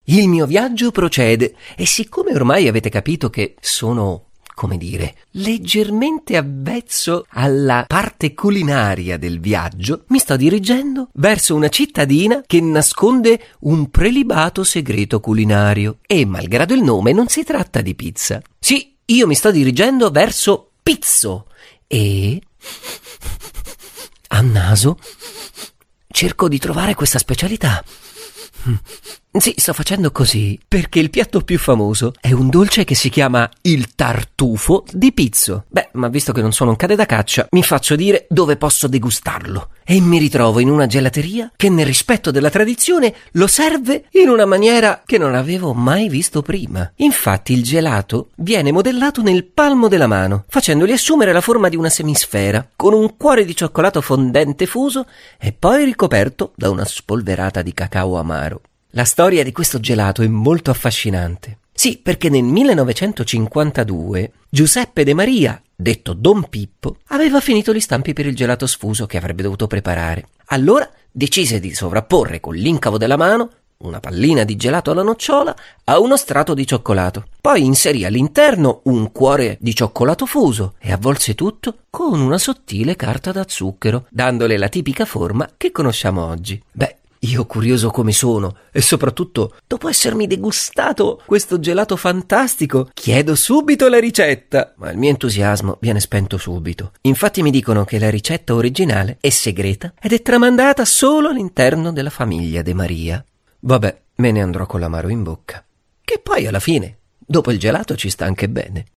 Il mio viaggio procede e siccome ormai avete capito che sono, come dire, leggermente avvezzo alla parte culinaria del viaggio, mi sto dirigendo verso una cittadina che nasconde un prelibato segreto culinario. E malgrado il nome non si tratta di pizza. Sì, io mi sto dirigendo verso Pizzo e a naso cerco di trovare questa specialità. Sì, sto facendo così perché il piatto più famoso è un dolce che si chiama il tartufo di Pizzo. Beh, ma visto che non sono un cane da caccia, mi faccio dire dove posso degustarlo. E mi ritrovo in una gelateria che nel rispetto della tradizione lo serve in una maniera che non avevo mai visto prima. Infatti il gelato viene modellato nel palmo della mano, facendogli assumere la forma di una semisfera, con un cuore di cioccolato fondente fuso e poi ricoperto da una spolverata di cacao amaro. La storia di questo gelato è molto affascinante. Sì, perché nel 1952 Giuseppe De Maria, detto Don Pippo, aveva finito gli stampi per il gelato sfuso che avrebbe dovuto preparare. Allora decise di sovrapporre con l'incavo della mano una pallina di gelato alla nocciola a uno strato di cioccolato. Poi inserì all'interno un cuore di cioccolato fuso e avvolse tutto con una sottile carta da zucchero, dandole la tipica forma che conosciamo oggi. Beh, io curioso come sono e soprattutto dopo essermi degustato questo gelato fantastico chiedo subito la ricetta, ma il mio entusiasmo viene spento subito. Infatti mi dicono che la ricetta originale è segreta ed è tramandata solo all'interno della famiglia De Maria. Vabbè, me ne andrò con l'amaro in bocca, che poi alla fine dopo il gelato ci sta anche bene.